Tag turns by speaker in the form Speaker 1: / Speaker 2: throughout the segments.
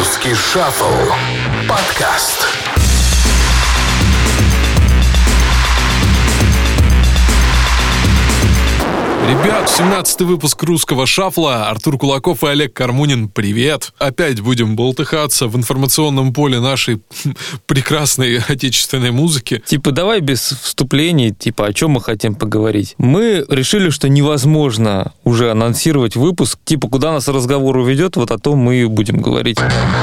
Speaker 1: Русский шафл. Подкаст.
Speaker 2: Ребят, 17-й выпуск русского шафла. Артур Кулаков и Олег Кармунин, привет. Опять будем болтыхаться в информационном поле нашей прекрасной отечественной музыки.
Speaker 3: Давай без вступлений, о чем мы хотим поговорить. Мы решили, что невозможно уже анонсировать выпуск, куда нас разговор уведет, вот о том мы и будем говорить.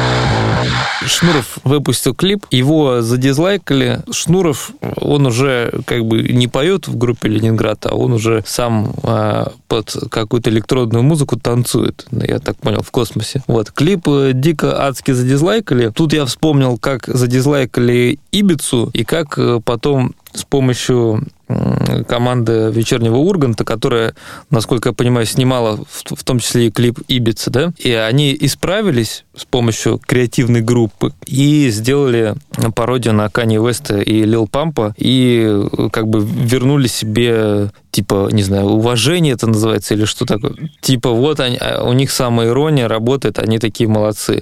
Speaker 3: Шнуров выпустил клип, его задизлайкали. Шнуров, он уже не поет в группе «Ленинград», а он уже сам под какую-то электронную музыку танцует, я так понял, в космосе. Клип дико адски задизлайкали. Тут я вспомнил, как задизлайкали Ибицу, и как потом с помощью команды «Вечернего Урганта», которая, насколько я понимаю, снимала в том числе и клип «Ибица», да, и они исправились с помощью креативной группы и сделали пародию на Канье Уэста и Лил Пампа, и вернули себе, не знаю, уважение это называется, или что такое. Вот они, у них самоирония работает, они такие молодцы.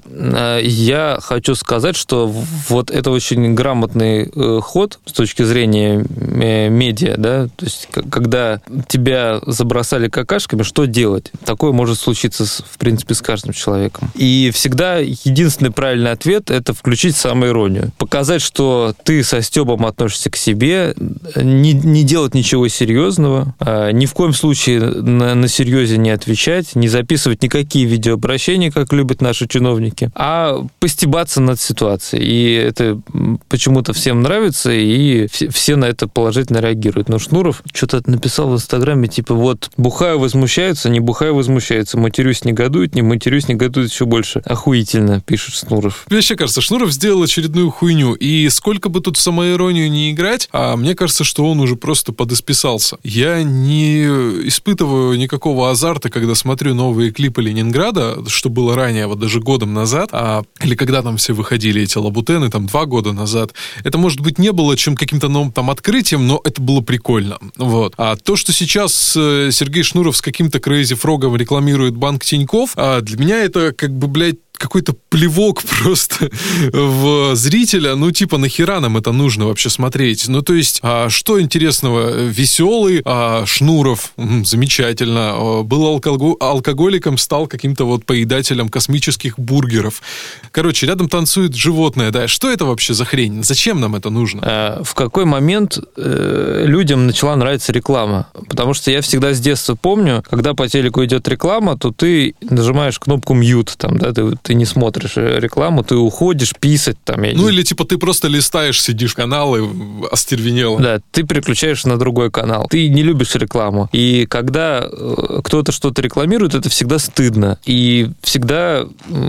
Speaker 3: Я хочу сказать, что это очень грамотный ход с точки зрения медиа, да, то есть когда тебя забросали какашками, что делать? Такое может случиться, в принципе, с каждым человеком. И всегда единственный правильный ответ – это включить самоиронию. Показать, что ты со стёбом относишься к себе, не делать ничего серьезного, ни в коем случае на серьезе не отвечать, не записывать никакие видеообращения, как любят наши чиновники, а постебаться над ситуацией. И это почему-то всем нравится, и все на это положительно реагируют. Но Шнуров что-то написал в Инстаграме, бухаю возмущаются, не бухаю возмущаются, матерюсь негодует, не матерюсь негодует еще больше. Охуительно, пишет Шнуров.
Speaker 2: Мне вообще кажется, Шнуров сделал очередную хуйню, и сколько бы тут в самоиронию не играть, мне кажется, что он уже просто подисписался. Я не испытываю никакого азарта, когда смотрю новые клипы Ленинграда, что было ранее, даже годом назад, или когда там все выходили, эти лабутены, 2 года назад. Это, может быть, не было каким-то новым открытием, но это было прикольно. А то, что сейчас Сергей Шнуров с каким-то Crazy Frog'ом рекламирует банк Тинькофф, для меня это какой-то плевок просто в зрителя. Нахера нам это нужно вообще смотреть? То есть, что интересного? Веселый Шнуров, замечательно. Был алкоголиком, стал каким-то поедателем космических бургеров. Короче, рядом танцует животное, да. Что это вообще за хрень? Зачем нам это нужно?
Speaker 3: В какой момент людям начала нравиться реклама? Потому что я всегда с детства помню, когда по телеку идет реклама, то ты нажимаешь кнопку «мьют», да, ты не смотришь рекламу, ты уходишь писать
Speaker 2: или ты просто листаешь, сидишь канал и остервенел.
Speaker 3: Да, ты переключаешь на другой канал. Ты не любишь рекламу. И когда кто-то что-то рекламирует, это всегда стыдно. И всегда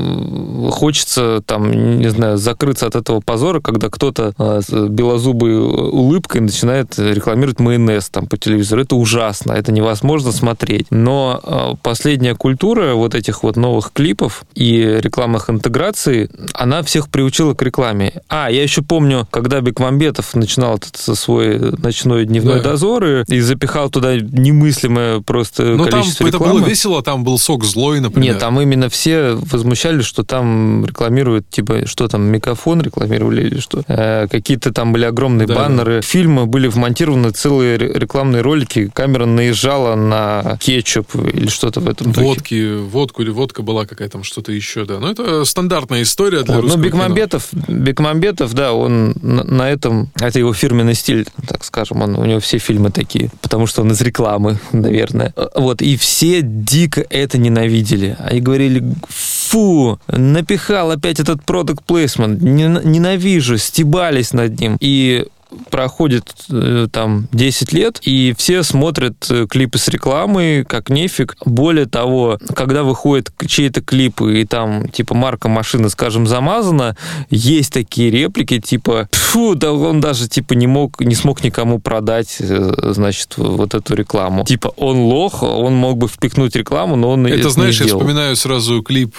Speaker 3: хочется, не знаю, закрыться от этого позора, когда кто-то с белозубой улыбкой начинает рекламировать майонез по телевизору. Это ужасно, это невозможно смотреть. Но последняя культура этих новых клипов и рекламных интеграций, она всех приучила к рекламе. Я еще помню, когда Бекмамбетов начинал этот свой ночной дневной дозор и запихал туда немыслимое просто количество рекламы.
Speaker 2: Это было весело, там был сок злой, например.
Speaker 3: Нет, там именно все возмущались, что там рекламируют, что там, Мегафон рекламировали или что. Какие-то там были огромные баннеры. Фильмы были вмонтированы, целые рекламные ролики. Камера наезжала на кетчуп или что-то в этом духе.
Speaker 2: Водку или водка была какая-то, что-то еще, да. Это стандартная история для русского кино. Бекмамбетов, да, он на этом... Это его фирменный стиль, так скажем. У него все фильмы такие, потому что он из рекламы, наверное. И все дико это ненавидели. Они говорили: фу, напихал опять этот product placement, ненавижу, стебались над ним. И проходит 10 лет, и все смотрят клипы с рекламой, как нефиг. Более того, когда выходят чьи-то клипы, и там, марка машины, скажем, замазана, есть такие реплики, фу, да он даже, не смог никому продать, эту рекламу. Он лох, он мог бы впихнуть рекламу, но он это не сделал. Я вспоминаю сразу клип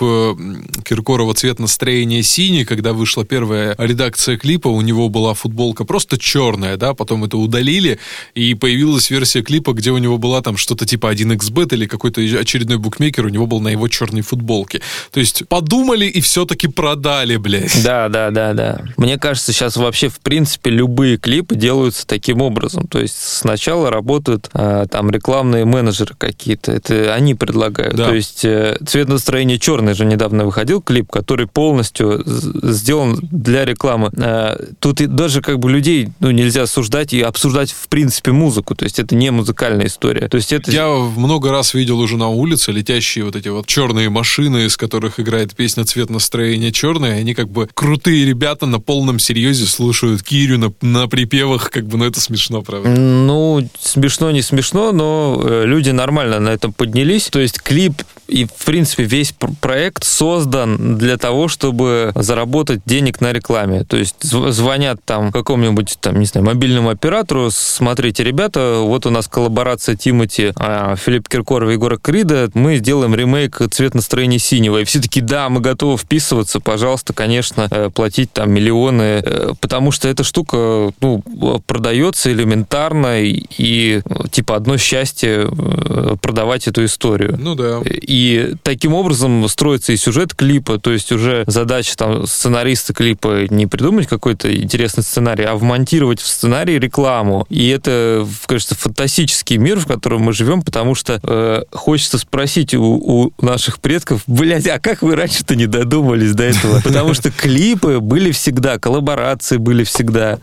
Speaker 2: Киркорова «Цвет настроения синий», когда вышла первая редакция клипа, у него была футболка просто черное, да, потом это удалили, и появилась версия клипа, где у него была там что-то типа 1xbet или какой-то очередной букмекер, у него был на его черной футболке. То есть подумали и все-таки продали, блядь.
Speaker 3: Да. Мне кажется, сейчас вообще, в принципе, любые клипы делаются таким образом. То есть сначала работают там рекламные менеджеры какие-то, это они предлагают. Да. То есть «Цвет настроения черный» же недавно выходил клип, который полностью сделан для рекламы. Тут и даже как бы людей нельзя осуждать и обсуждать в принципе музыку. То есть это не музыкальная история. То есть это...
Speaker 2: Я много раз видел уже на улице летящие вот эти вот черные машины, из которых играет песня «Цвет настроения черный», они как бы крутые ребята на полном серьезе слушают Кирю на припевах, как бы, это смешно, правда?
Speaker 3: Смешно, не смешно, но люди нормально на этом поднялись. То есть клип и, в принципе, весь проект создан для того, чтобы заработать денег на рекламе. То есть звонят там какому-нибудь, там, не знаю, мобильному оператору: смотрите, ребята, вот у нас коллаборация Тимати, Филиппа Киркорова и Егора Крида, мы сделаем ремейк «Цвет настроения синего». И все такие: да, мы готовы вписываться, пожалуйста, конечно, платить там миллионы, потому что эта штука, продается элементарно, и типа одно счастье продавать эту историю.
Speaker 2: Ну да.
Speaker 3: И таким образом строится и сюжет клипа, то есть уже задача там сценариста клипа не придумать какой-то интересный сценарий, а вмонтировать в сценарий рекламу. И это, кажется, фантастический мир, в котором мы живем, потому что хочется спросить у наших предков: блядь, а как вы раньше-то не додумались до этого? Потому что клипы были всегда, коллаборации были всегда.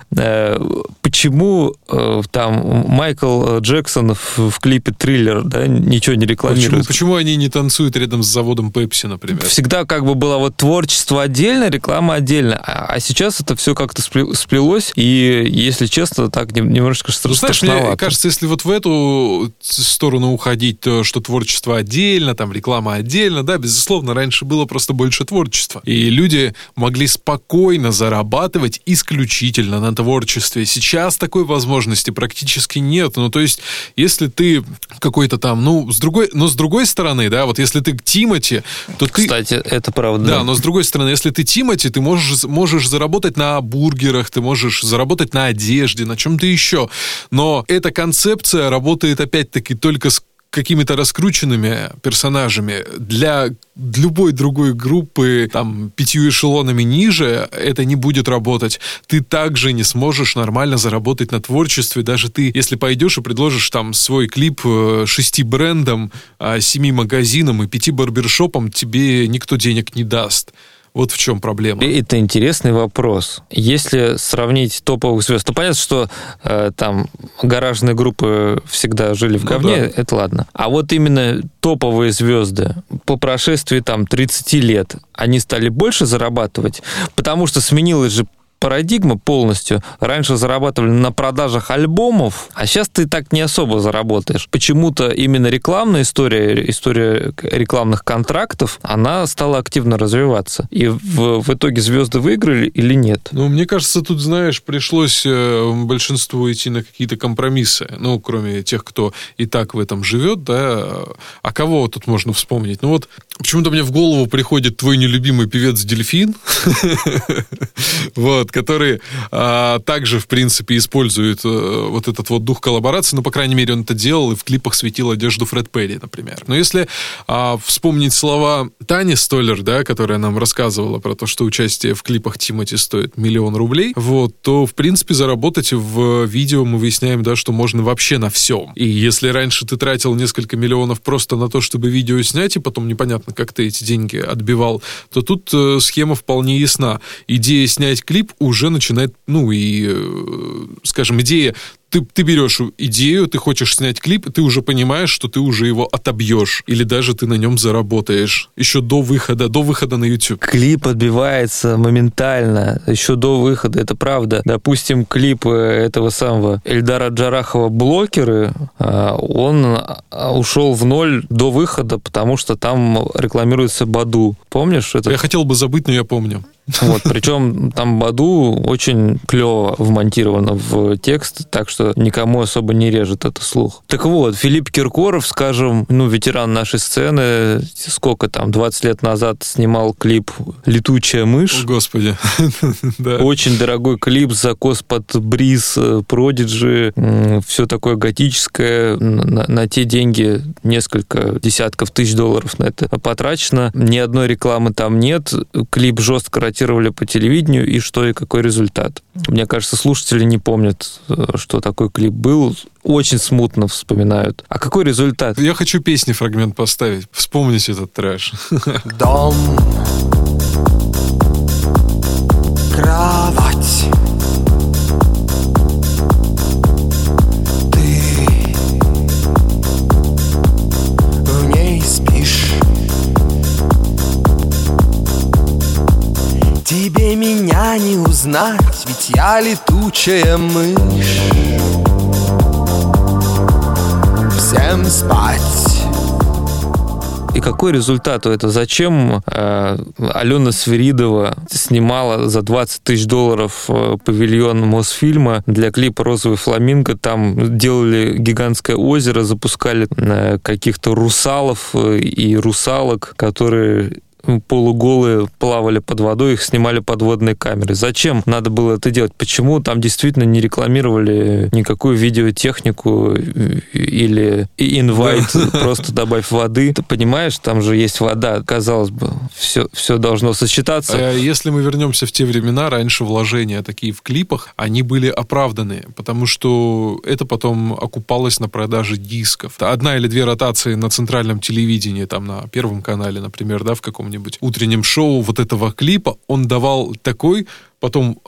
Speaker 3: Почему там Майкл Джексон в клипе «Триллер», да, ничего не рекламирует?
Speaker 2: Почему они не танцуют рядом с заводом Пепси, например?
Speaker 3: Всегда как бы было вот творчество отдельно, реклама отдельно. А сейчас это все как-то сплелось, и, если честно, так немножко страшновато.
Speaker 2: Знаешь, мне кажется, если вот в эту сторону уходить, то что творчество отдельно, там реклама отдельно, да, безусловно, раньше было просто больше творчества. И люди могли спокойно зарабатывать исключительно на творчестве. Сейчас такой возможности практически нет. То есть, если ты какой-то там, с другой стороны, да, вот если ты Тимати, то ты...
Speaker 3: Кстати, это правда.
Speaker 2: Да, но с другой стороны, если ты Тимати, ты можешь заработать на бургерах, ты можешь заработать на одежде, на чем-то еще. Но эта концепция работает, опять-таки, только с какими-то раскрученными персонажами. Для любой другой группы, там, 5 эшелонами ниже, это не будет работать. Ты также не сможешь нормально заработать на творчестве. Даже ты, если пойдешь и предложишь там свой клип 6 брендам, 7 магазинам и 5 барбершопам, тебе никто денег не даст. Вот в чем проблема.
Speaker 3: Это интересный вопрос. Если сравнить топовых звезд, то понятно, что там гаражные группы всегда жили в говне, да. Это ладно. А вот именно топовые звезды по прошествии там 30 лет, они стали больше зарабатывать, потому что сменилась же парадигма полностью. Раньше зарабатывали на продажах альбомов, а сейчас ты так не особо заработаешь. Почему-то именно рекламная история рекламных контрактов, она стала активно развиваться. И в итоге звезды выиграли или нет?
Speaker 2: Мне кажется, тут, знаешь, пришлось большинству идти на какие-то компромиссы. Кроме тех, кто и так в этом живет, да. А кого тут можно вспомнить? Почему-то мне в голову приходит твой нелюбимый певец Дельфин, который также, в принципе, использует вот этот вот дух коллаборации, по крайней мере, он это делал и в клипах светил одежду Фред Перри, например. Но если вспомнить слова Тани Столлер, да, которая нам рассказывала про то, что участие в клипах Тимати стоит $1 000 000, то, в принципе, заработать в видео мы выясняем, да, что можно вообще на всем. И если раньше ты тратил несколько миллионов просто на то, чтобы видео снять, и потом непонятно, как ты эти деньги отбивал, то тут схема вполне ясна. Идея снять клип уже начинает, скажем, идея, ты берешь идею, ты хочешь снять клип, ты уже понимаешь, что ты уже его отобьешь, или даже ты на нем заработаешь еще до выхода на YouTube.
Speaker 3: Клип отбивается моментально, еще до выхода, это правда. Допустим, клип этого самого Эльдара Джарахова «Блокеры», он ушел в ноль до выхода, потому что там рекламируется Баду. Помнишь это?
Speaker 2: Я хотел бы забыть, но я помню.
Speaker 3: Причем там Баду очень клево вмонтировано в текст, так что что никому особо не режет это слух. Так вот, Филипп Киркоров, скажем, ветеран нашей сцены, сколько там, 20 лет назад снимал клип «Летучая мышь».
Speaker 2: О, Господи.
Speaker 3: Очень дорогой клип, закос под бриз, продиджи, все такое готическое. На те деньги несколько десятков тысяч долларов на это потрачено. Ни одной рекламы там нет. Клип жестко ротировали по телевидению. И что, и какой результат? Мне кажется, слушатели не помнят, что такой клип был. Очень смутно вспоминают. А какой результат?
Speaker 2: Я хочу песни фрагмент поставить. Вспомните этот трэш.
Speaker 4: Дом, кровать, ты в ней спишь. Тебе меня не узнать, ведь я летучая мышь. Всем спать.
Speaker 3: И какой результат у этого? Зачем Алена Свиридова снимала за 20 тысяч долларов павильон Мосфильма для клипа «Розовый фламинго»? Там делали гигантское озеро, запускали каких-то русалов и русалок, которые полуголые плавали под водой, их снимали подводные камеры. Зачем надо было это делать? Почему там действительно не рекламировали никакую видеотехнику или инвайт, просто добавь воды? Ты понимаешь, там же есть вода. Казалось бы, все должно сочетаться.
Speaker 2: Если мы вернемся в те времена, раньше вложения такие в клипах, они были оправданы, потому что это потом окупалось на продаже дисков. Одна или две ротации на центральном телевидении, там на Первом канале, например, да, в каком-нибудь утреннем шоу вот этого клипа, он давал такой потом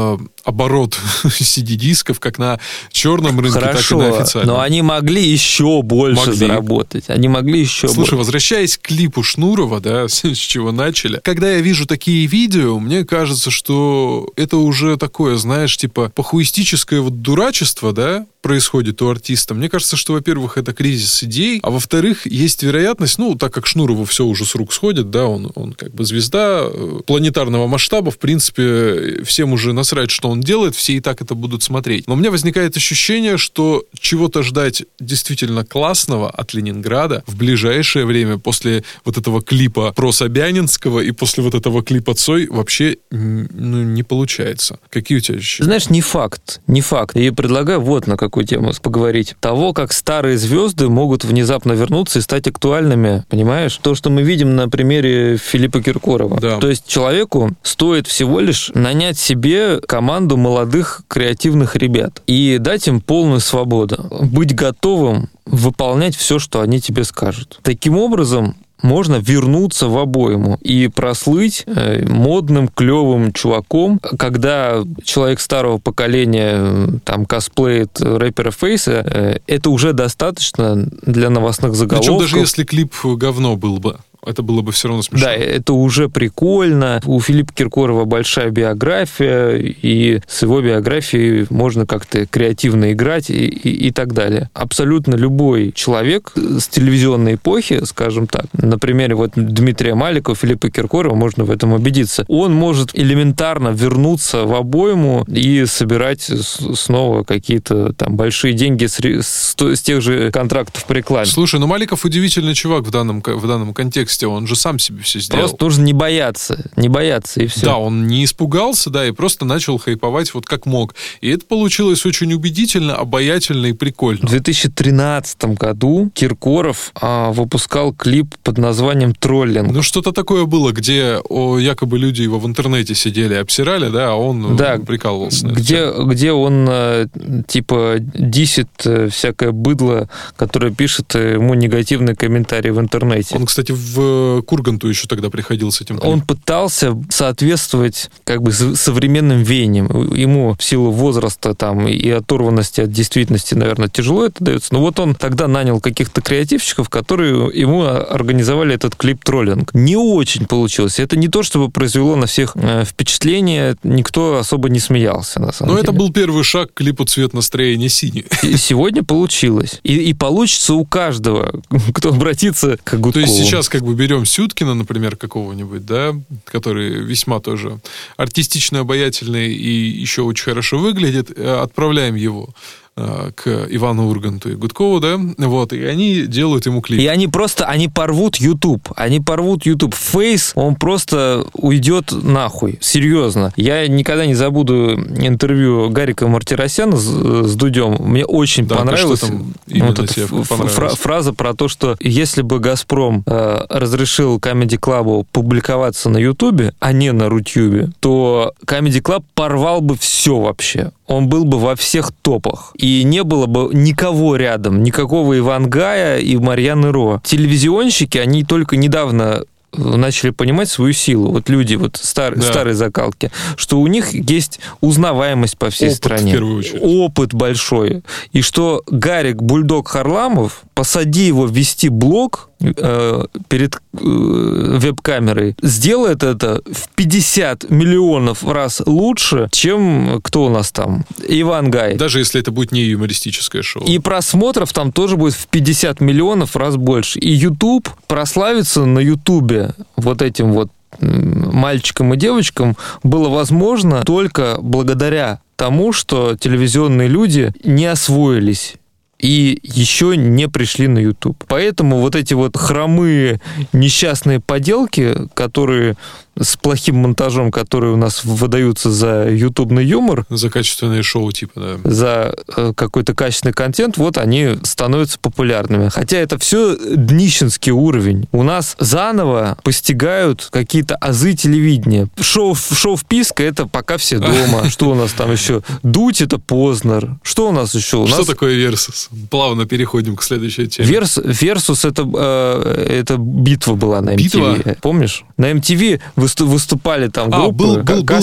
Speaker 2: оборот CD-дисков как на черном рынке,
Speaker 3: хорошо,
Speaker 2: так и на официальном.
Speaker 3: Но они могли еще больше заработать. Они могли еще
Speaker 2: Слушай, возвращаясь к клипу Шнурова, да, с чего начали, когда я вижу такие видео, мне кажется, что это уже такое, знаешь, типа похуистическое вот дурачество, да, происходит у артиста. Мне кажется, что, во-первых, это кризис идей, а во-вторых, есть вероятность, так как Шнурову все уже с рук сходит, да, он как бы звезда планетарного масштаба, в принципе, всем уже насрать, что он делает, все и так это будут смотреть. Но у меня возникает ощущение, что чего-то ждать действительно классного от Ленинграда в ближайшее время после вот этого клипа про Собянинского и после вот этого клипа Цой вообще не получается. Какие у тебя ощущения?
Speaker 3: Знаешь, не факт. Я предлагаю вот на какую тему поговорить. Того, как старые звезды могут внезапно вернуться и стать актуальными, понимаешь? То, что мы видим на примере Филиппа Киркорова.
Speaker 2: Да.
Speaker 3: То есть человеку стоит всего лишь нанять себе команду молодых креативных ребят и дать им полную свободу. Быть готовым выполнять все, что они тебе скажут. Таким образом, можно вернуться в обойму и прослыть модным, клевым чуваком, когда человек старого поколения там косплеит рэпера Фейса, это уже достаточно для новостных заголовков.
Speaker 2: Причем даже если клип говно был бы. Это было бы все равно смешно.
Speaker 3: Да, это уже прикольно. У Филиппа Киркорова большая биография, и с его биографией можно как-то креативно играть и так далее. Абсолютно любой человек с телевизионной эпохи, скажем так, на примере вот Дмитрия Маликова, Филиппа Киркорова, можно в этом убедиться. Он может элементарно вернуться в обойму и собирать снова какие-то там большие деньги с тех же контрактов по рекламе.
Speaker 2: Слушай, Маликов удивительный чувак в данном контексте. Он же сам себе все сделал.
Speaker 3: Просто нужно не бояться, и все.
Speaker 2: Да, он не испугался, да, и просто начал хайповать вот как мог. И это получилось очень убедительно, обаятельно и прикольно.
Speaker 3: В 2013 году Киркоров выпускал клип под названием «Троллинг».
Speaker 2: Что-то такое было, где якобы люди его в интернете сидели, обсирали, да, а он прикалывался.
Speaker 3: Где он типа дисит всякое быдло, которое пишет ему негативные комментарии в интернете.
Speaker 2: Он, кстати, в Курганту еще тогда приходил с этим клипом.
Speaker 3: Он пытался соответствовать как бы современным веяниям. Ему в силу возраста там и оторванности от действительности, наверное, тяжело это дается. Но вот он тогда нанял каких-то креативщиков, которые ему организовали этот клип «Троллинг». Не очень получилось. Это не то, чтобы произвело на всех впечатление. Никто особо не смеялся, на самом деле.
Speaker 2: Но это был первый шаг к клипу «Цвет настроения синий».
Speaker 3: И сегодня получилось. И получится у каждого, кто обратится к Гудкову.
Speaker 2: То есть сейчас как бы берем Сюткина, например, какого-нибудь, да, который весьма тоже артистично обаятельный и еще очень хорошо выглядит, отправляем его к Ивану Урганту и Гудкову, да, вот, и они делают ему клип.
Speaker 3: И они порвут YouTube. Фейс, он просто уйдет нахуй. Серьезно. Я никогда не забуду интервью Гарика Мартиросяна с Дудем. Мне очень понравилась вот эта фраза про то, что если бы «Газпром» разрешил Comedy Club публиковаться на YouTube, а не на Рутюбе, то Comedy Club порвал бы все вообще. Он был бы во всех топах. И не было бы никого рядом, никакого Ивангая и Марьяны Ро. Телевизионщики, они только недавно начали понимать свою силу. Вот люди старой закалки, что у них есть узнаваемость по всей стране. В первую очередь. Опыт большой. И что Гарик Бульдог Харламов, посади его вести блог перед веб-камерой, сделает это в 50 миллионов раз лучше, чем кто у нас там? Ивангай.
Speaker 2: Даже если это будет не юмористическое шоу.
Speaker 3: И просмотров там тоже будет в 50 миллионов раз больше. И YouTube прославится на YouTube вот этим вот мальчикам и девочкам было возможно только благодаря тому, что телевизионные люди не освоились и еще не пришли на YouTube. Поэтому вот эти вот хромые несчастные поделки, которые с плохим монтажом, которые у нас выдаются за ютубный юмор.
Speaker 2: За качественные шоу типа, да.
Speaker 3: За какой-то качественный контент, вот они становятся популярными. Хотя это все днищенский уровень. У нас заново постигают какие-то азы телевидения. Шоу «Вписка» — это пока все дома. Что у нас там еще? «Дудь» — это Познер. Что у нас еще?
Speaker 2: Что такое «Версус»? Плавно переходим к следующей теме.
Speaker 3: «Версус» — это битва была на MTV. Битва? Помнишь? На MTV выступали там группы.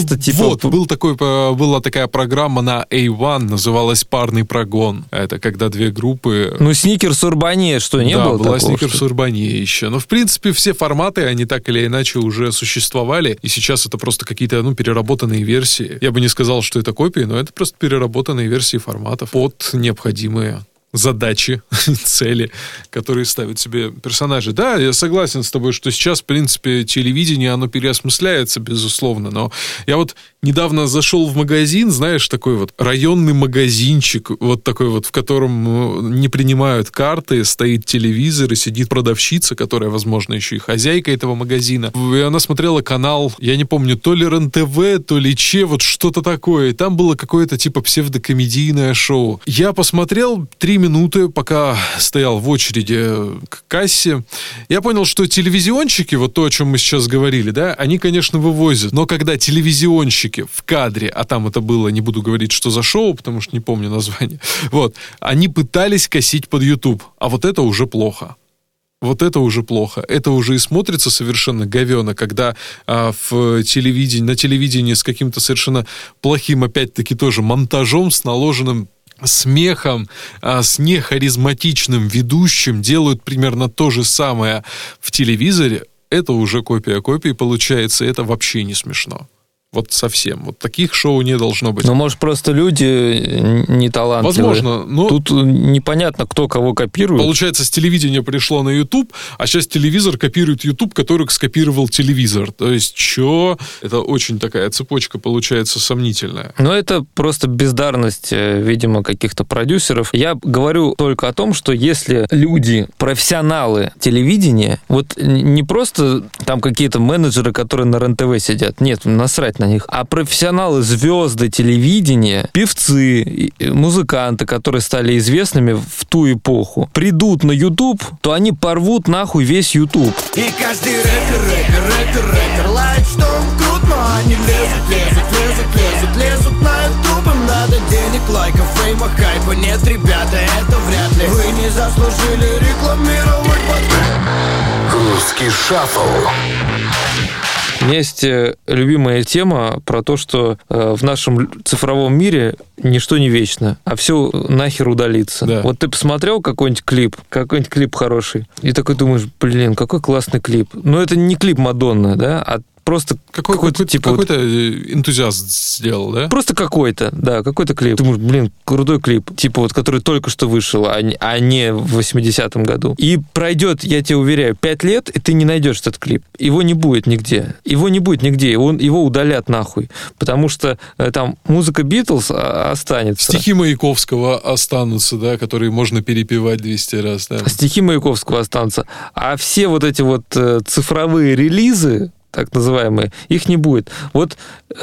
Speaker 2: Была такая программа на A1, называлась «Парный прогон». Это когда две группы...
Speaker 3: «Сникерс Урбане», что, не было такого?
Speaker 2: Да, была «Сникерс Урбане» еще. Но, в принципе, все форматы, они так или иначе уже существовали, и сейчас это просто какие-то, переработанные версии. Я бы не сказал, что это копии, но это просто переработанные версии форматов под необходимые задачи, цели, которые ставят себе персонажи. Да, я согласен с тобой, что сейчас, в принципе, телевидение, оно переосмысляется, безусловно, но я вот недавно зашел в магазин, знаешь, такой вот районный магазинчик, вот такой вот, в котором не принимают карты, стоит телевизор и сидит продавщица, которая, возможно, еще и хозяйка этого магазина. И она смотрела канал, я не помню, то ли РЕН-ТВ, то ли ЧЕ, вот что-то такое. И там было какое-то типа псевдокомедийное шоу. Я посмотрел 3 минуты, пока стоял в очереди к кассе. Я понял, что телевизионщики, вот то, о чем мы сейчас говорили, да, они, конечно, вывозят. Но когда телевизионщики в кадре, а там это было, не буду говорить, что за шоу, потому что не помню название, вот, они пытались косить под YouTube. А вот это уже плохо. Вот это уже плохо. Это уже и смотрится совершенно говёно, когда на телевидении с каким-то совершенно плохим, опять-таки, тоже монтажом, с наложенным смехом, с нехаризматичным ведущим делают примерно то же самое в телевизоре. Это уже копия копии получается. Это вообще не смешно. Вот совсем. Вот таких шоу не должно быть.
Speaker 3: Ну, может, просто люди не талантливые.
Speaker 2: Возможно, но...
Speaker 3: Тут непонятно, кто кого копирует.
Speaker 2: Получается, с телевидения пришло на YouTube, а сейчас телевизор копирует YouTube, который скопировал телевизор. То есть, это очень такая цепочка получается сомнительная.
Speaker 3: Но это просто бездарность, видимо, каких-то продюсеров. Я говорю только о том, что если люди, профессионалы телевидения, вот не просто там какие-то менеджеры, которые на РЕН-ТВ сидят, нет, насрать на них, а профессионалы, звезды телевидения, певцы, музыканты, которые стали известными в ту эпоху, придут на YouTube, то они порвут нахуй весь YouTube.
Speaker 5: И каждый рэпер лает, что он крут, но они лезут на YouTube. Им надо денег, лайков, фейма, хайпа. Нет, ребята, это вряд ли. Вы не заслужили рекламировать подкаст.
Speaker 1: Русский шаффл.
Speaker 3: Есть любимая тема про то, что в нашем цифровом мире ничто не вечно, а все нахер удалится. Да. Вот ты посмотрел какой-нибудь клип хороший, и такой думаешь, блин, какой классный клип. Но это не клип Мадонны, да, а просто
Speaker 2: Какой-то
Speaker 3: типа
Speaker 2: энтузиаст сделал, да?
Speaker 3: Просто какой-то клип. Ты думаешь, крутой клип, типа который только что вышел, а не в 80-м году. И пройдет, я тебе уверяю, 5 лет, и ты не найдешь этот клип. Его не будет нигде. Его удалят нахуй. Потому что там музыка Битлз останется.
Speaker 2: Стихи Маяковского останутся, да, которые можно перепевать 200 раз. Да.
Speaker 3: Стихи Маяковского останутся. А все вот эти вот цифровые релизы, так называемые, их не будет. Вот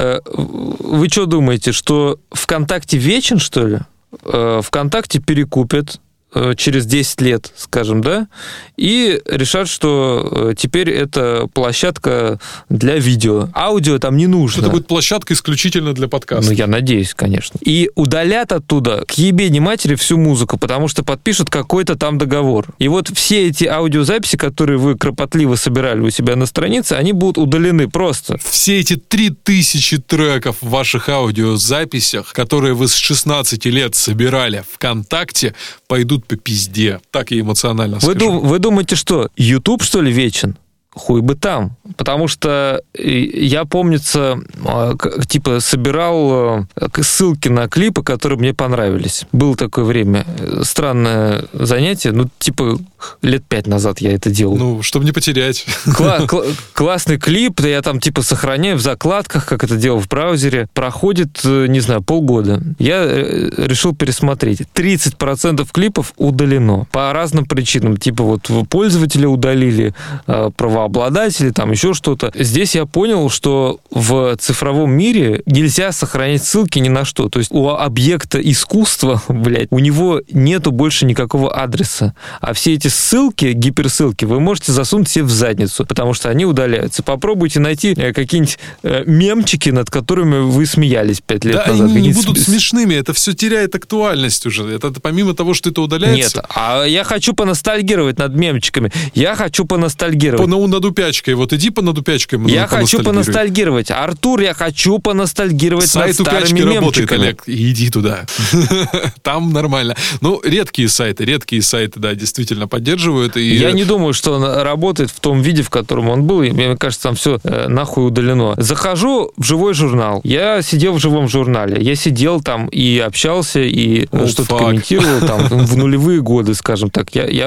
Speaker 3: вы что думаете, что ВКонтакте вечен, что ли? ВКонтакте перекупят через 10 лет, скажем, да, и решат, что теперь это площадка для видео. Аудио там не нужно.
Speaker 2: Это будет площадка исключительно для подкаста.
Speaker 3: Ну, я надеюсь, конечно. И удалят оттуда к ебени матери всю музыку, потому что подпишут какой-то там договор. И вот все эти аудиозаписи, которые вы кропотливо собирали у себя на странице, они будут удалены просто.
Speaker 2: Все эти 3000 треков в ваших аудиозаписях, которые вы с 16 лет собирали ВКонтакте, пойдут по пизде. Так я эмоционально скажу.
Speaker 3: Вы думаете, что YouTube, что ли, вечен? Хуй бы там. Потому что я, помнится, типа собирал ссылки на клипы, которые мне понравились. Было такое время. Странное занятие. Ну, типа, лет 5 назад я это делал.
Speaker 2: Ну, чтобы не потерять.
Speaker 3: Классный клип. Я там, типа, сохраняю в закладках, как это делал в браузере. Проходит, не знаю, полгода. Я решил пересмотреть. 30% клипов удалено. По разным причинам. Типа, вот пользователи удалили, правообладатели, там еще что-то. Здесь я понял, что в цифровом мире нельзя сохранять ссылки ни на что. То есть у объекта искусства, у него нету больше никакого адреса. А все эти ссылки, гиперссылки, вы можете засунуть себе в задницу, потому что они удаляются. Попробуйте найти какие-нибудь мемчики, над которыми вы смеялись 5 лет назад.
Speaker 2: Они не будут смешными, это все теряет актуальность уже. Это помимо того, что это удаляется.
Speaker 3: Нет, а я хочу поностальгировать над мемчиками. Я хочу поностальгировать.
Speaker 2: Над упячкой. Вот иди по надупячкой.
Speaker 3: Я хочу поностальгировать. Артур, я хочу поностальгировать над старыми мемчиками.
Speaker 2: Работает, Олег. Иди туда. Там нормально. Ну, редкие сайты, да, действительно поддерживают.
Speaker 3: Я не думаю, что он работает в том виде, в котором он был. Мне кажется, там все нахуй удалено. Захожу в живой журнал. Я сидел в живом журнале. Я сидел там и общался, и что-то комментировал там в нулевые годы, скажем так.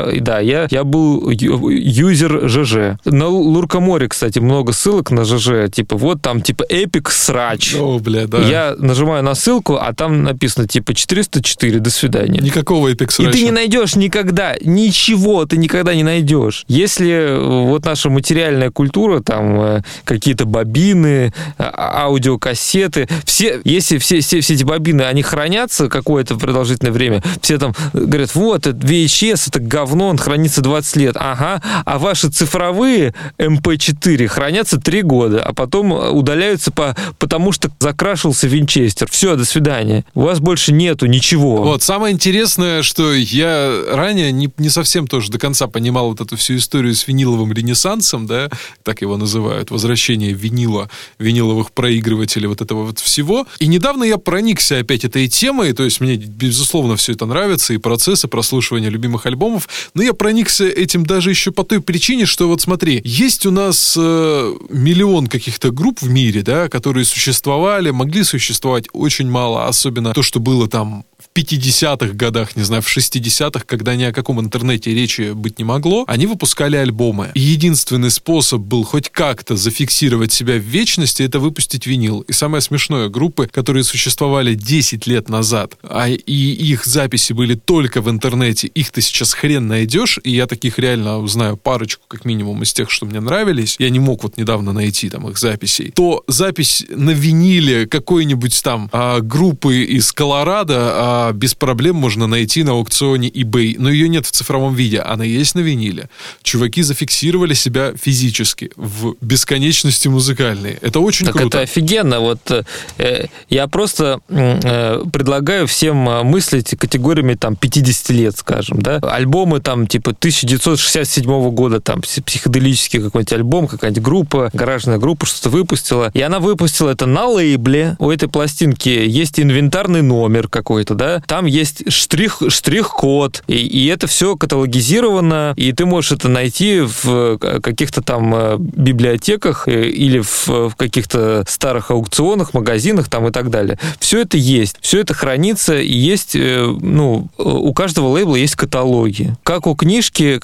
Speaker 3: Я был юзер ЖЖ. На Луркоморе, кстати, много ссылок на ЖЖ. Типа, вот там, типа, эпик срач.
Speaker 2: О, бля, да.
Speaker 3: Я нажимаю на ссылку, а там написано, типа, 404, до свидания.
Speaker 2: Никакого эпик срача.
Speaker 3: И ты не найдешь никогда, ничего ты никогда не найдешь. Если вот наша материальная культура, там, какие-то бобины, аудиокассеты, если все эти бобины, они хранятся какое-то продолжительное время, все там говорят, вот, это VHS, это говно, он хранится 20 лет. Ага, а ваши цифровые MP4 хранятся 3 года, а потом удаляются потому что закрашился винчестер. Все, до свидания. У вас больше нету ничего.
Speaker 2: Вот, самое интересное, что я ранее не совсем тоже до конца понимал вот эту всю историю с виниловым ренессансом, да, так его называют, возвращение винила, виниловых проигрывателей, вот этого вот всего. И недавно я проникся опять этой темой, то есть мне, безусловно, все это нравится, и процессы прослушивания любимых альбомов, но я проникся этим даже еще по той причине, что вот смотри, есть у нас миллион каких-то групп в мире, да, которые существовали, могли существовать очень мало, особенно то, что было там в 50-х годах, не знаю, в 60-х, когда ни о каком интернете речи быть не могло, они выпускали альбомы. И единственный способ был хоть как-то зафиксировать себя в вечности, это выпустить винил. И самое смешное, группы, которые существовали 10 лет назад, и их записи были только в интернете, их ты сейчас хрен найдешь, и я таких реально знаю парочку, как минимум, из тех, что мне нравились, я не мог вот недавно найти там их записей, то запись на виниле какой-нибудь там группы из Колорадо без проблем можно найти на аукционе eBay, но ее нет в цифровом виде, она есть на виниле. Чуваки зафиксировали себя физически в бесконечности музыкальной. Это очень круто.
Speaker 3: Так это офигенно. Вот я просто предлагаю всем мыслить категориями там 50 лет, скажем, да. Альбомы там типа 1967 года, там психоделический какой-нибудь альбом, какая-нибудь группа, гаражная группа что-то выпустила, и она выпустила это на лейбле. У этой пластинки есть инвентарный номер какой-то, какой-то, да, там есть штрих-код, и это все каталогизировано, и ты можешь это найти в каких-то там библиотеках или в каких-то старых аукционах, магазинах там и так далее. Все это есть, все это хранится, и есть, у каждого лейбла есть каталоги. Как у книжки,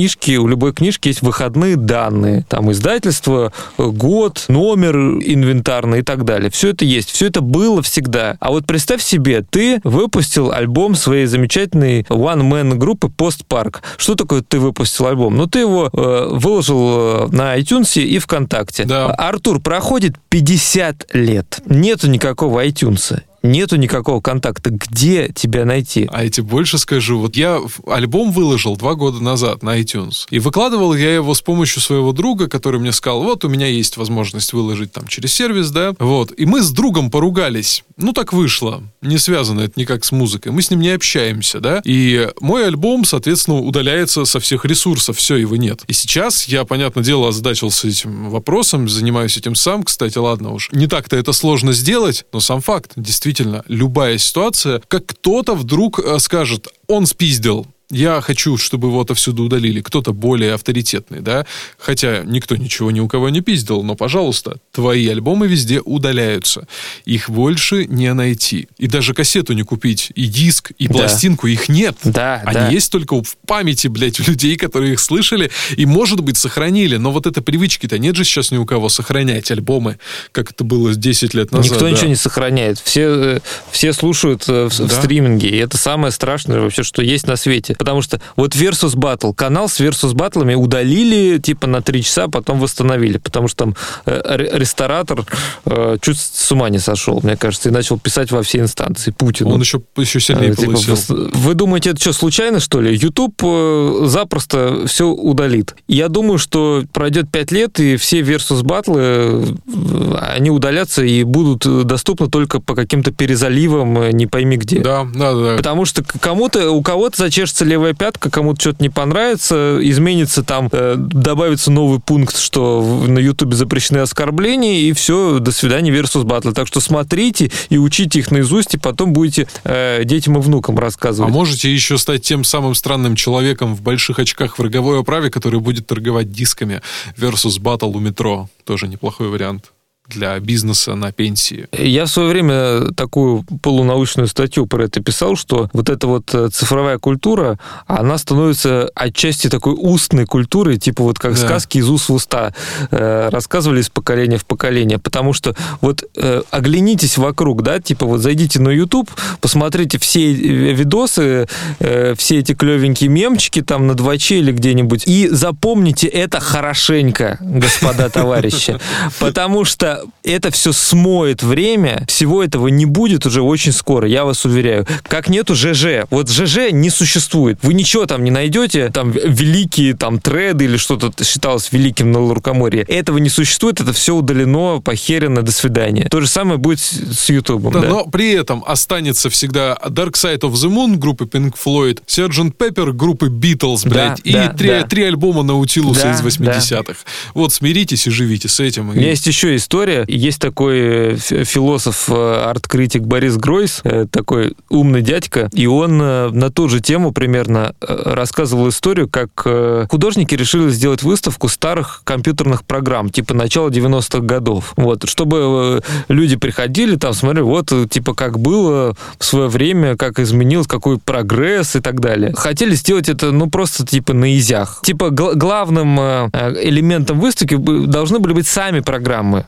Speaker 3: у любой книжки есть выходные данные, там издательство, год, номер инвентарный и так далее. Все это есть, все это было всегда. А вот представь себе, ты выпустил альбом своей замечательной one-man группы Post Park. Что такое ты выпустил альбом? Ну, ты его выложил на iTunes и ВКонтакте.
Speaker 2: Да.
Speaker 3: Артур, проходит 50 лет. Нету никакого iTunes. Нету никакого контакта. Где тебя найти?
Speaker 2: А я тебе больше скажу. Вот я альбом выложил 2 года назад на iTunes. И выкладывал я его с помощью своего друга, который мне сказал, вот у меня есть возможность выложить там через сервис, да. Вот. И мы с другом поругались. Ну, так вышло. Не связано это никак с музыкой. Мы с ним не общаемся, да. И мой альбом, соответственно, удаляется со всех ресурсов. Все, его нет. И сейчас я, понятное дело, озадачился этим вопросом, занимаюсь этим сам. Кстати, ладно уж. Не так-то это сложно сделать, но сам факт. Действительно, любая ситуация, как кто-то вдруг скажет, он спиздил, я хочу, чтобы его отовсюду удалили. Кто-то более авторитетный, да? Хотя никто ничего ни у кого не пиздил, но, пожалуйста, твои альбомы везде удаляются. Их больше не найти. И даже кассету не купить, и диск, и пластинку, их нет.
Speaker 3: Да,
Speaker 2: Они есть только в памяти, блядь, у людей, которые их слышали, и, может быть, сохранили. Но вот этой привычки-то нет же сейчас ни у кого сохранять альбомы, как это было 10 лет назад.
Speaker 3: Никто ничего не сохраняет. Все слушают в стриминге, и это самое страшное вообще, что есть на свете. Потому что вот Versus Battle, канал с Versus Battle'ами удалили типа на 3 часа, потом восстановили, потому что там ресторатор чуть с ума не сошел, мне кажется, и начал писать во все инстанции Путину.
Speaker 2: Он еще сильнее получил.
Speaker 3: Вы думаете, это что, случайно, что ли? YouTube запросто все удалит. Я думаю, что пройдет 5 лет, и все Versus Battle'ы, они удалятся и будут доступны только по каким-то перезаливам, не пойми где.
Speaker 2: Да.
Speaker 3: Потому что у кого-то зачешется левая пятка, кому-то что-то не понравится, изменится там, добавится новый пункт, что на Ютубе запрещены оскорбления, и все, до свидания, Versus Battle. Так что смотрите и учите их наизусть, и потом будете детям и внукам рассказывать.
Speaker 2: А можете еще стать тем самым странным человеком в больших очках в роговой оправе, который будет торговать дисками. Versus Battle у метро. Тоже неплохой вариант для бизнеса на пенсии.
Speaker 3: Я в свое время такую полунаучную статью про это писал, что вот эта вот цифровая культура, она становится отчасти такой устной культурой, типа вот как сказки из уст в уста рассказывали из поколения в поколение, потому что вот оглянитесь вокруг, да, типа вот зайдите на YouTube, посмотрите все видосы, все эти клевенькие мемчики там на 2Ч или где-нибудь, и запомните это хорошенько, господа товарищи, потому что это все смоет время, всего этого не будет уже очень скоро, я вас уверяю. Как нету ЖЖ. Вот ЖЖ не существует. Вы ничего там не найдете, там великие там треды или что-то считалось великим на Лукоморье. Этого не существует, это все удалено, похерено, до свидания. То же самое будет с Ютубом. Да.
Speaker 2: Но при этом останется всегда Dark Side of the Moon группы Pink Floyd, Sgt. Pepper группы Beatles, блядь, три альбома Наутилуса из 80-х. Вот смиритесь и живите с этим.
Speaker 3: Есть еще история. Есть такой философ, арт-критик Борис Гройс, такой умный дядька, и он на ту же тему примерно рассказывал историю, как художники решили сделать выставку старых компьютерных программ, типа начала 90-х годов. Вот, чтобы люди приходили, там, смотрели, вот, типа, как было в свое время, как изменилось, какой прогресс и так далее. Хотели сделать это, просто, типа, на изях. Типа, главным элементом выставки должны были быть сами программы,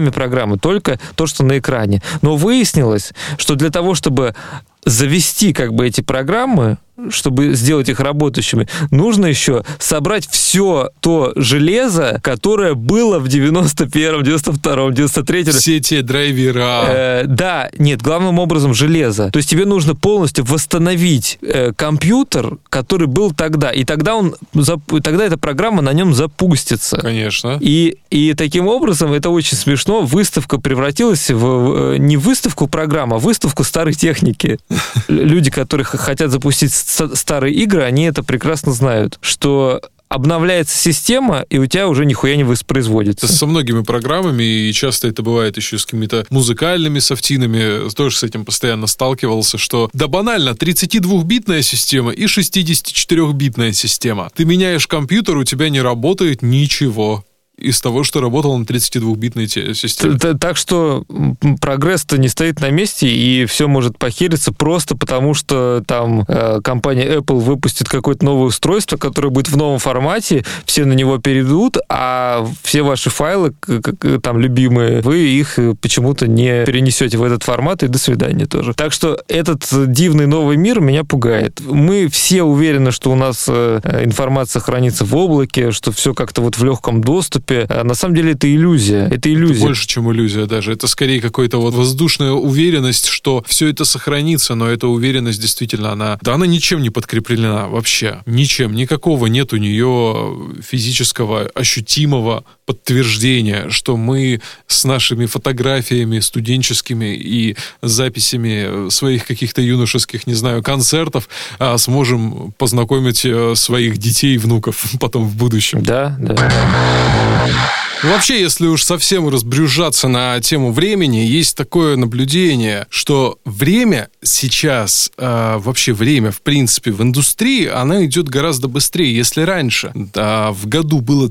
Speaker 3: только то, что на экране. Но выяснилось, что для того, чтобы завести как бы эти программы, чтобы сделать их работающими, нужно еще собрать все то железо, которое было в 91-м, 92-м, 93-м.
Speaker 2: Все те драйвера.
Speaker 3: Главным образом железо. То есть тебе нужно полностью восстановить компьютер, который был тогда. И тогда эта программа на нем запустится.
Speaker 2: Конечно.
Speaker 3: И таким образом, это очень смешно, выставка превратилась в не выставку программ, а выставку старой техники. Люди, которые хотят запустить старые игры, они это прекрасно знают, что обновляется система, и у тебя уже нихуя не воспроизводится.
Speaker 2: Со многими программами, и часто это бывает еще с какими-то музыкальными софтинами, тоже с этим постоянно сталкивался, что да банально, 32-битная система и 64-битная система. Ты меняешь компьютер, у тебя не работает ничего из того, что работало на 32-битной системе.
Speaker 3: Так что прогресс-то не стоит на месте, и все может похериться просто потому, что там компания Apple выпустит какое-то новое устройство, которое будет в новом формате, все на него перейдут, а все ваши файлы, там, любимые, вы их почему-то не перенесете в этот формат, и до свидания тоже. Так что этот дивный новый мир меня пугает. Мы все уверены, что у нас информация хранится в облаке, что все как-то вот в легком доступе. На самом деле это иллюзия. Это иллюзия.
Speaker 2: Это больше, чем иллюзия даже. Это скорее какая-то вот воздушная уверенность, что все это сохранится, но эта уверенность действительно, она ничем не подкреплена вообще. Ничем. Никакого нет у нее физического, ощутимого подтверждения, что мы с нашими фотографиями студенческими и записями своих каких-то юношеских, не знаю, концертов сможем познакомить своих детей и внуков потом в будущем.
Speaker 3: Да.
Speaker 2: Вообще, если уж совсем разбрюзжаться на тему времени, есть такое наблюдение, что время сейчас, вообще время, в принципе, в индустрии, она идет гораздо быстрее. Если раньше в году было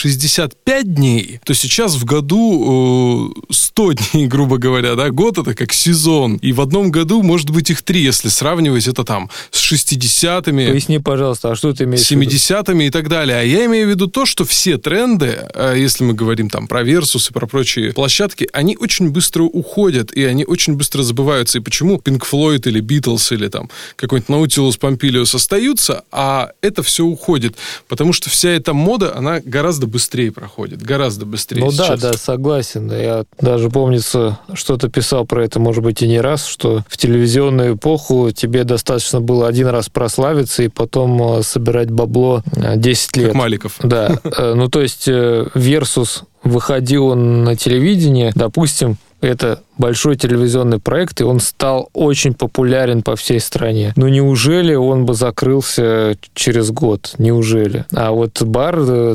Speaker 2: 365 дней, то сейчас в году 100 дней, грубо говоря, да, год это как сезон. И в одном году может быть их 3, если сравнивать это там с 60-ми.
Speaker 3: Поясни, пожалуйста, а что ты имеешь в виду?
Speaker 2: 70-ми и так далее. А я имею в виду то, что все тренды, если мы говорим там про Versus и про прочие площадки, они очень быстро уходят, и они очень быстро забываются. И почему Pink Floyd или Beatles или там какой-нибудь Nautilus Pompilius остаются, а это все уходит? Потому что вся эта мода, она гораздо быстрее проходит, гораздо быстрее.
Speaker 3: Ну
Speaker 2: сейчас.
Speaker 3: да, согласен. Я даже, помнится, что-то писал про это, может быть, и не раз, что в телевизионную эпоху тебе достаточно было один раз прославиться и потом собирать бабло 10 лет.
Speaker 2: Как Маликов.
Speaker 3: Да. Ну, то есть Versus выходил он на телевидение, допустим, это большой телевизионный проект, и он стал очень популярен по всей стране. Но неужели он бы закрылся через год? Неужели? А вот бар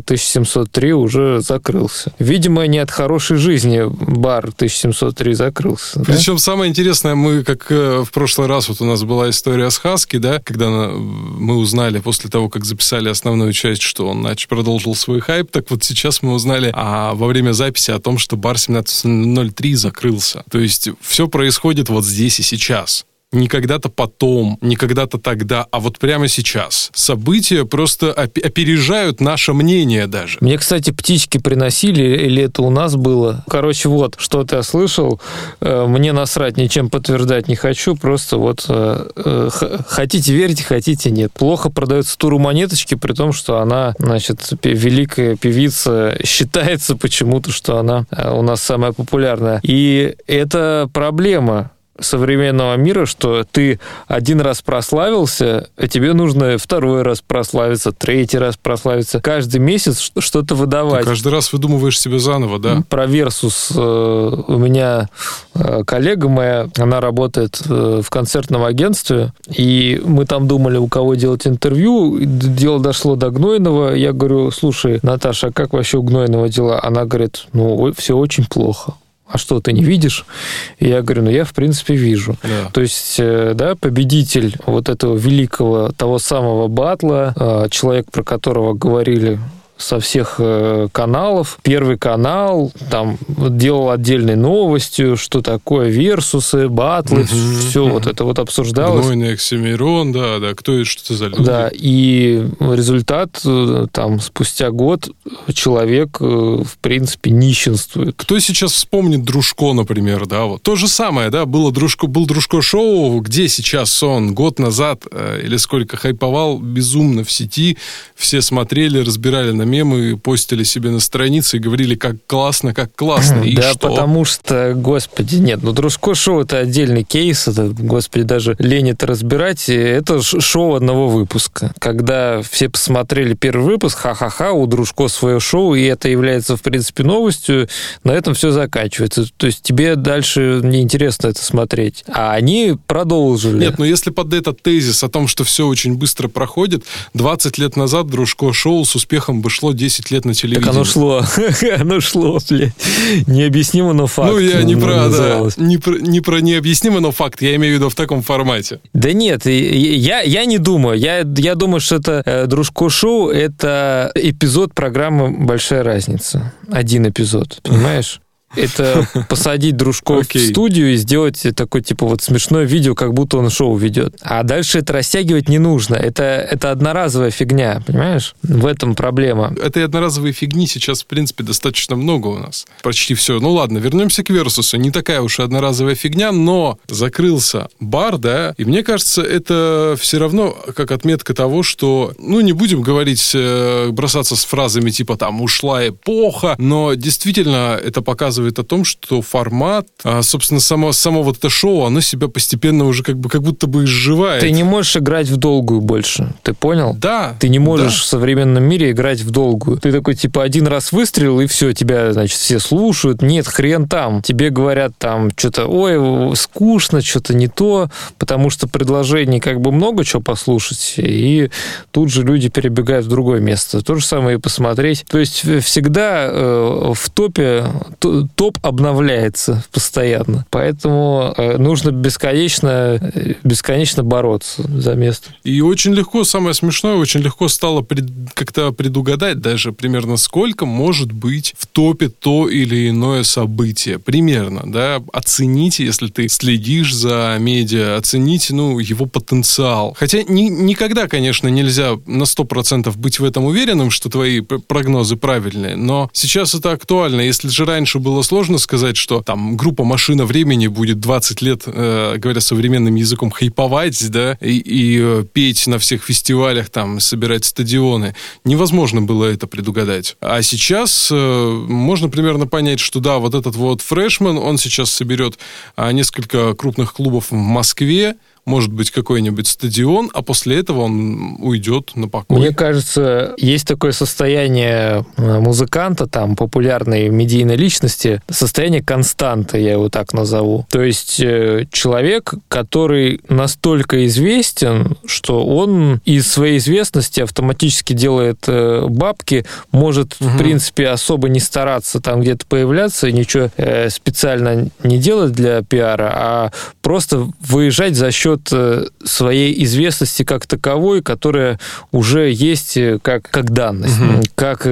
Speaker 3: 1703 уже закрылся. Видимо, не от хорошей жизни бар 1703 закрылся.
Speaker 2: Причем самое интересное, мы, как в прошлый раз, вот у нас была история с Хаски, да, когда мы узнали после того, как записали основную часть, что он продолжил свой хайп, так вот сейчас мы узнали во время записи о том, что бар 1703 закрылся. То есть все происходит вот здесь и сейчас. Не когда-то потом, не когда-то тогда, а вот прямо сейчас. События просто опережают наше мнение даже.
Speaker 3: Мне, кстати, птички приносили, или это у нас было? Короче, вот, что-то я слышал. Мне насрать, ничем подтверждать не хочу. Просто вот хотите верьте, хотите нет. Плохо продаются туру монеточки, при том, что она, значит, великая певица. Считается почему-то, что она у нас самая популярная. И это проблема современного мира, что ты один раз прославился, а тебе нужно второй раз прославиться, третий раз прославиться. Каждый месяц что-то выдавать.
Speaker 2: Ты каждый раз выдумываешь себе заново, да?
Speaker 3: Про Versus у меня коллега моя, она работает в концертном агентстве, и мы там думали, у кого делать интервью. Дело дошло до Гнойного. Я говорю, слушай, Наташа, а как вообще у Гнойного дела? Она говорит, все очень плохо. А что, ты не видишь? И я говорю, я, в принципе, вижу. Да. То есть, да, победитель вот этого великого, того самого батла, человек, про которого говорили со всех каналов. Первый канал там делал отдельные новости, что такое версусы, батлы, все вот это вот обсуждалось.
Speaker 2: Гнойный Оксимирон, да, кто это, что это за люди?
Speaker 3: Да, и результат там спустя год человек, в принципе, нищенствует.
Speaker 2: Кто сейчас вспомнит Дружко, например, да, вот. То же самое, да, был Дружко-шоу, где сейчас он год назад или сколько хайповал безумно в сети, все смотрели, разбирали на мемы постили себе на странице и говорили, как классно, и
Speaker 3: да,
Speaker 2: что?
Speaker 3: Потому что, господи, нет, Дружко шоу — это отдельный кейс, это, господи, даже лень это разбирать, это шоу одного выпуска. Когда все посмотрели первый выпуск, ха-ха-ха, у Дружко свое шоу, и это является, в принципе, новостью, на этом все заканчивается. То есть тебе дальше неинтересно это смотреть. А они продолжили.
Speaker 2: Нет, но если под этот тезис о том, что все очень быстро проходит, 20 лет назад Дружко шоу с успехом бы шло 10 лет на телевидении.
Speaker 3: Так оно шло, блядь. Необъяснимо, но факт.
Speaker 2: Ну, я не про необъяснимо, но факт. Я имею в виду в таком формате.
Speaker 3: Да нет, я не думаю. Я думаю, что это Дружко шоу, это эпизод программы «Большая разница». Один эпизод, понимаешь? Это посадить Дружко в студию и сделать такое, типа, вот смешное видео, как будто он шоу ведет. А дальше это растягивать не нужно. Это одноразовая фигня, понимаешь? В этом проблема.
Speaker 2: Этой одноразовой фигни сейчас, в принципе, достаточно много у нас. Почти все. Ну ладно, вернемся к Версусу. Не такая уж и одноразовая фигня, но закрылся бар, да, и мне кажется, это все равно как отметка того, что, ну, не будем говорить, бросаться с фразами типа там «ушла эпоха», но действительно это показывает о том, что формат, собственно, само вот это шоу, оно себя постепенно уже как будто бы изживает.
Speaker 3: Ты не можешь играть в долгую больше, ты понял?
Speaker 2: Да.
Speaker 3: Ты не можешь в современном мире играть в долгую. Ты такой, типа, один раз выстрелил, и все, тебя, значит, все слушают. Нет, хрен там. Тебе говорят там что-то, ой, скучно, что-то не то, потому что предложений как бы много чего послушать, и тут же люди перебегают в другое место. То же самое и посмотреть. То есть всегда в топе топ обновляется постоянно. Поэтому нужно бесконечно бороться за место.
Speaker 2: И очень легко, самое смешное, очень легко стало как-то предугадать даже примерно сколько может быть в топе то или иное событие. Примерно, да. Оцените, если ты следишь за медиа, оцените, его потенциал. Хотя никогда, конечно, нельзя на 100% быть в этом уверенным, что твои прогнозы правильные, но сейчас это актуально. Если же раньше было сложно сказать, что там группа «Машина времени» будет 20 лет, говоря современным языком, хайповать, да, и петь на всех фестивалях, там, собирать стадионы. Невозможно было это предугадать. А сейчас можно примерно понять, что да, вот этот вот фрешмен, он сейчас соберет несколько крупных клубов в Москве, может быть, какой-нибудь стадион, а после этого он уйдет на покой.
Speaker 3: Мне кажется, есть такое состояние музыканта, там, популярной медийной личности, состояние константы, я его так назову. То есть человек, который настолько известен, что он из своей известности автоматически делает бабки, может, в принципе, особо не стараться там где-то появляться, ничего специально не делать для пиара, а просто выезжать за счет своей известности как таковой, которая уже есть как данность, как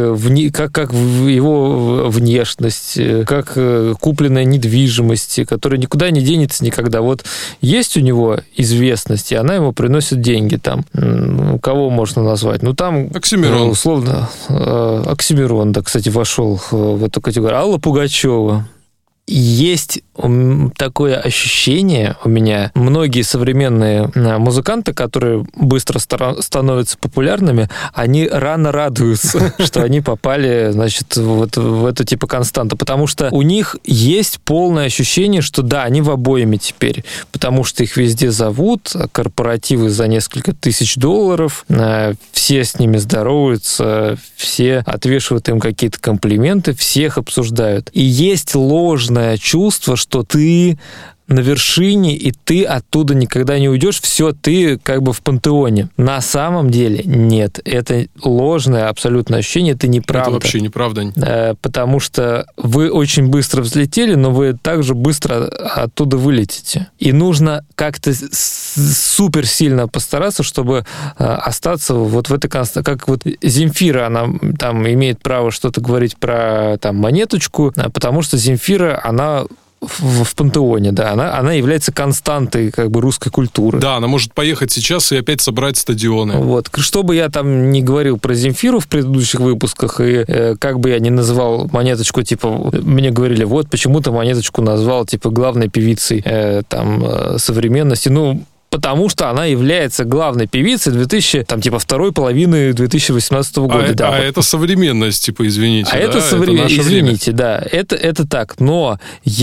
Speaker 3: его внешность, как купленная недвижимость, которая никуда не денется никогда. Вот есть у него известность, и она ему приносит деньги. Там, кого можно назвать? Там
Speaker 2: Оксимирон.
Speaker 3: Условно, Оксимирон, да, кстати, вошел в эту категорию. Алла Пугачева. Есть такое ощущение у меня, многие современные музыканты, которые быстро становятся популярными, они рано радуются, что они попали, значит, вот в эту типа константу, потому что у них есть полное ощущение, что да, они в обойме теперь, потому что их везде зовут, корпоративы за несколько тысяч $, все с ними здороваются, все отвешивают им какие-то комплименты, всех обсуждают. И есть ложное чувство, что ты на вершине, и ты оттуда никогда не уйдешь, все, ты как бы в пантеоне. На самом деле нет. Это ложное абсолютное ощущение, это неправда.
Speaker 2: Это вообще неправда.
Speaker 3: Потому что вы очень быстро взлетели, но вы также быстро оттуда вылетите. И нужно как-то супер сильно постараться, чтобы остаться вот в этой константе. Как вот Земфира, она там имеет право что-то говорить про там монеточку, потому что Земфира, она в пантеоне, да, она является константой как бы русской культуры.
Speaker 2: Да, она может поехать сейчас и опять собрать стадионы.
Speaker 3: Вот. Что бы я там ни говорил про Земфиру в предыдущих выпусках, и как бы я ни называл монеточку, типа, мне говорили, вот, почему ты монеточку назвал, типа, главной певицей там современности. потому что она является главной певицей второй половины 2018 года.
Speaker 2: А это современность, типа, извините.
Speaker 3: Это современность, извините, да. Это так. Но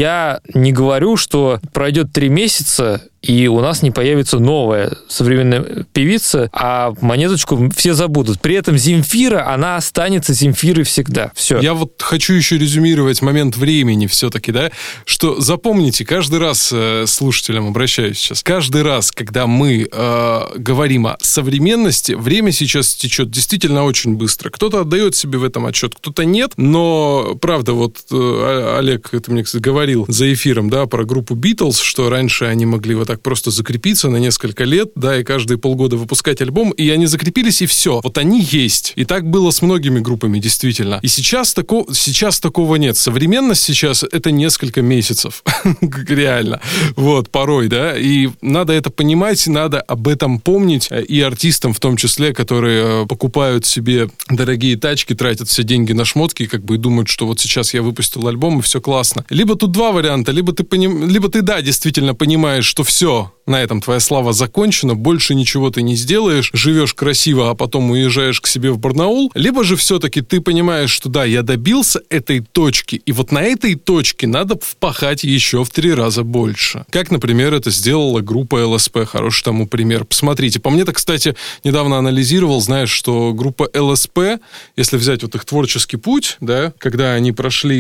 Speaker 3: я не говорю, что пройдет 3 месяца, и у нас не появится новая современная певица, а Монеточку все забудут. При этом Земфира, она останется Земфирой всегда. Все.
Speaker 2: Я вот хочу еще резюмировать момент времени все-таки, да, что запомните, каждый раз, слушателям обращаюсь сейчас, каждый раз, когда мы говорим о современности, время сейчас течет действительно очень быстро. Кто-то отдает себе в этом отчет, кто-то нет, но, правда, вот Олег, это мне, кстати, говорил за эфиром, да, про группу Beatles, что раньше они могли вот так просто закрепиться на несколько лет, да, и каждые полгода выпускать альбом, и они закрепились, и все. Вот они есть. И так было с многими группами, действительно. И сейчас такого нет. Современность сейчас — это несколько месяцев. Реально. Вот, порой, да. И надо это понимать, надо об этом помнить. И артистам, в том числе, которые покупают себе дорогие тачки, тратят все деньги на шмотки, и как бы думают, что вот сейчас я выпустил альбом, и все классно. Либо тут два варианта. Либо ты, да, действительно понимаешь, что все, на этом твоя слава закончена, больше ничего ты не сделаешь, живешь красиво, а потом уезжаешь к себе в Барнаул, либо же все-таки ты понимаешь, что да, я добился этой точки, и вот на этой точке надо впахать еще в 3 раза больше. Как, например, это сделала группа ЛСП, хороший тому пример. Посмотрите, по мне-то, кстати, недавно анализировал, знаешь, что группа ЛСП, если взять вот их творческий путь, да, когда они прошли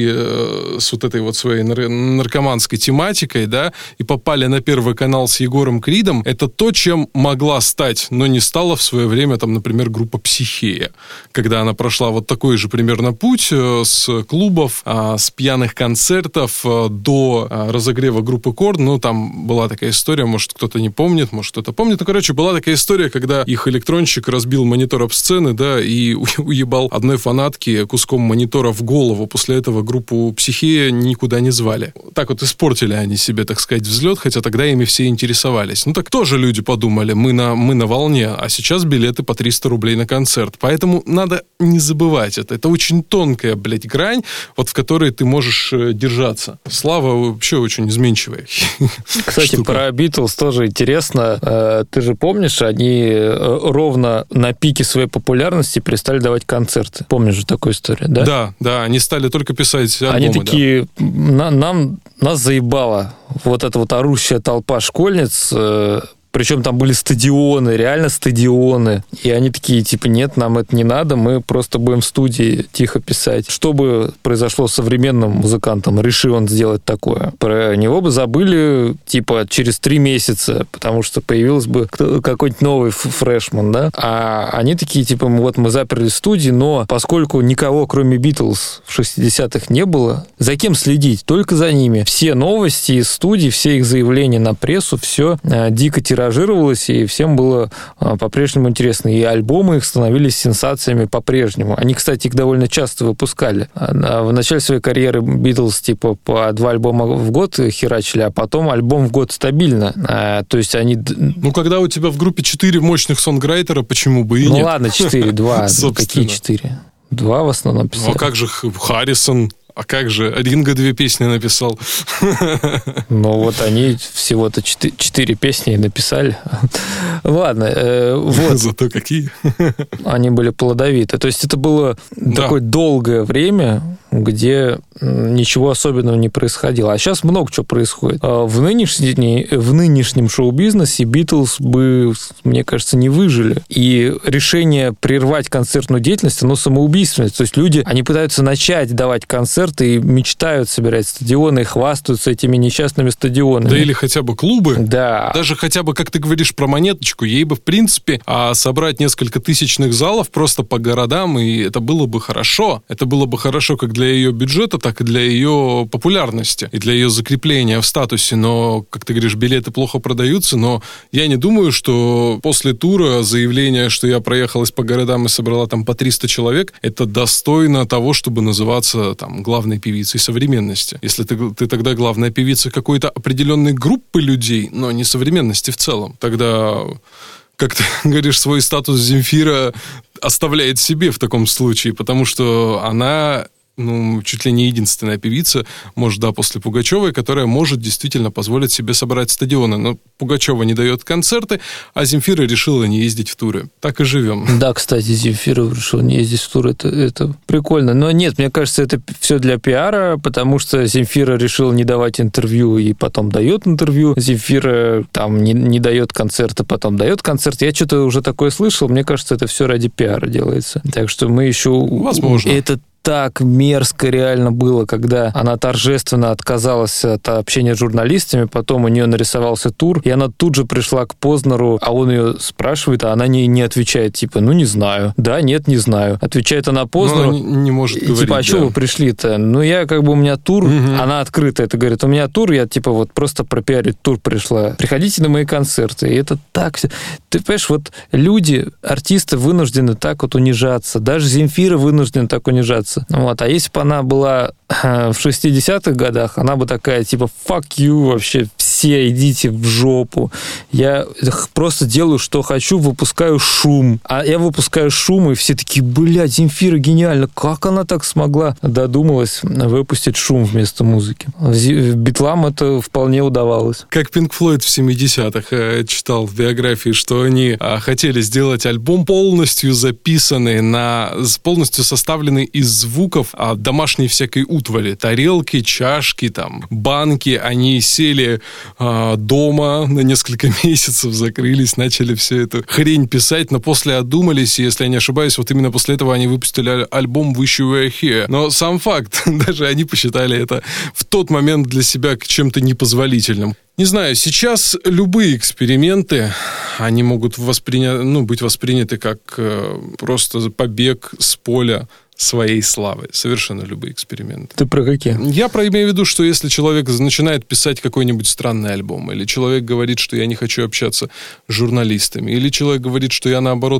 Speaker 2: с вот этой вот своей наркоманской тематикой, да, и попали на Первый канал с Егором Кридом, это то, чем могла стать, но не стала в свое время, там, например, группа «Психея», когда она прошла вот такой же примерно путь с клубов, с пьяных концертов до разогрева группы Корн. Ну, там была такая история, может, кто-то не помнит, может, кто-то помнит. Ну, короче, была такая история, когда их электронщик разбил монитор об сцены, да, и уебал одной фанатке куском монитора в голову. После этого группу «Психея» никуда не звали. Так вот испортили они себе, так сказать, взлет, хотя тогда ими все интересовались. Ну, так тоже люди подумали, мы на волне, а сейчас билеты по 300 рублей на концерт. Поэтому надо не забывать это. Это очень тонкая, грань, вот в которой ты можешь держаться. Слава вообще очень изменчивая.
Speaker 3: Кстати, штука. Про Битлз тоже интересно. Ты же помнишь, они ровно на пике своей популярности перестали давать концерты. Помнишь же такую историю, да? Да,
Speaker 2: они стали только писать альбомы.
Speaker 3: Они такие, да. Нас заебало вот эта вот орущая толпа школьниц. Причем там были стадионы, реально стадионы. И они такие, типа, нет, нам это не надо, мы просто будем в студии тихо писать. Что бы произошло с современным музыкантом, решил он сделать такое? Про него бы забыли, типа, через 3 месяца, потому что появился бы какой-нибудь новый фрешман, да? А они такие, типа, мы заперли студии, но поскольку никого, кроме Битлз, в 60-х не было, за кем следить? Только за ними. Все новости из студии, все их заявления на прессу, все дико тиражировалось, и всем было по-прежнему интересно. И альбомы их становились сенсациями по-прежнему. Они, кстати, их довольно часто выпускали. В начале своей карьеры Битлз типа по 2 альбома в год херачили, а потом альбом в год стабильно. То есть они...
Speaker 2: Ну, когда у тебя в группе 4 мощных сонграйтера, почему бы и нет?
Speaker 3: Ну, ладно, 4, 2. Какие 4? 2 в основном писали.
Speaker 2: Ну, а как же Харрисон? А как же? Ринго 2 песни написал.
Speaker 3: Ну, вот они всего-то 4 песни написали. Ладно, вот.
Speaker 2: Зато какие.
Speaker 3: Они были плодовиты. То есть это было такое долгое время, где ничего особенного не происходило. А сейчас много чего происходит. В нынешнем шоу-бизнесе Битлз бы, мне кажется, не выжили. И решение прервать концертную деятельность, оно самоубийственное. То есть люди, они пытаются начать давать концерты и мечтают собирать стадионы, и хвастаются этими несчастными стадионами.
Speaker 2: Да или хотя бы клубы.
Speaker 3: Да.
Speaker 2: Даже хотя бы, как ты говоришь про Монеточку, ей бы, в принципе, собрать несколько тысячных залов просто по городам, и это было бы хорошо. Это было бы хорошо как для ее бюджета, так и для ее популярности, и для ее закрепления в статусе. Но, как ты говоришь, билеты плохо продаются, но я не думаю, что после тура заявление, что я проехалась по городам и собрала там по 300 человек, это достойно того, чтобы называться там главной певицей современности. Если ты тогда главная певица какой-то определенной группы людей, но не современности в целом, тогда, как ты говоришь, свой статус Земфира оставляет себе в таком случае, потому что она чуть ли не единственная певица, может, да, после Пугачевой, которая может действительно позволить себе собрать стадионы. Но Пугачева не дает концерты, а Земфира решила не ездить в туры. Так и живем.
Speaker 3: Да, кстати, Земфира решила не ездить в туры. Это прикольно. Но нет, мне кажется, это все для пиара, потому что Земфира решила не давать интервью и потом дает интервью. Земфира там не дает концерты, потом дает концерт. Я что-то уже такое слышал. Мне кажется, это все ради пиара делается. Так что мы еще...
Speaker 2: Возможно.
Speaker 3: Это так мерзко реально было, когда она торжественно отказалась от общения с журналистами, потом у нее нарисовался тур, и она тут же пришла к Познеру, а он ее спрашивает, а она не отвечает, типа, не знаю. Да, нет, не знаю. Отвечает она Познеру.
Speaker 2: Не может говорить,
Speaker 3: типа, а что вы пришли-то? У меня тур, она открыто это говорит, у меня тур, я, просто пропиарить тур пришла. Приходите на мои концерты. И это так... Ты понимаешь, люди, артисты вынуждены так унижаться. Даже Земфира вынуждена так унижаться. А если бы она была в 60-х годах, она бы такая, fuck you, вообще все идите в жопу. Я просто делаю, что хочу, выпускаю шум. А я выпускаю шум, и все такие, Земфира гениально. Как она так смогла? Додумалась выпустить шум вместо музыки. Битлам это вполне удавалось.
Speaker 2: Как Pink Floyd в 70-х читал в биографии, что они хотели сделать альбом полностью записанный, полностью составленный из звуков домашней всякой утвари. Тарелки, чашки, банки. Они сели дома на несколько месяцев, закрылись, начали всю эту хрень писать, но после одумались, и, если я не ошибаюсь, именно после этого они выпустили альбом «Wish You Were Here». Но сам факт, даже они посчитали это в тот момент для себя чем-то непозволительным. Не знаю, сейчас любые эксперименты, они могут быть восприняты как просто побег с поля своей славы. Совершенно любые эксперименты.
Speaker 3: Ты про какие?
Speaker 2: Я имею в виду, что если человек начинает писать какой-нибудь странный альбом, или человек говорит, что я не хочу общаться с журналистами, или человек говорит, что я, наоборот,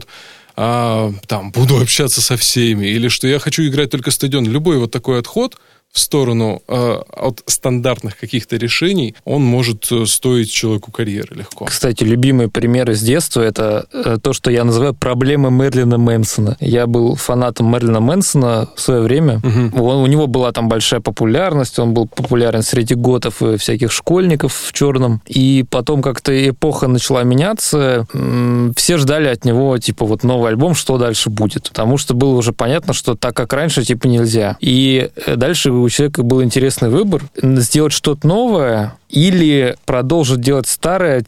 Speaker 2: буду общаться со всеми, или что я хочу играть только стадион. Любой такой отход в сторону от стандартных каких-то решений, он может стоить человеку карьеры легко.
Speaker 3: Кстати, любимые примеры с детства — это то, что я называю проблемы Мэрилина Мэнсона. Я был фанатом Мэрилина Мэнсона в свое время. У него была большая популярность, он был популярен среди готов и всяких школьников в черном. И потом как-то эпоха начала меняться, все ждали от него, новый альбом, что дальше будет. Потому что было уже понятно, что так, как раньше, нельзя. И дальше у человека был интересный выбор: сделать что-то новое или продолжить делать старое,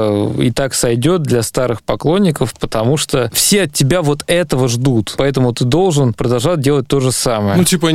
Speaker 3: и так сойдет для старых поклонников, потому что все от тебя этого ждут. Поэтому ты должен продолжать делать то же самое.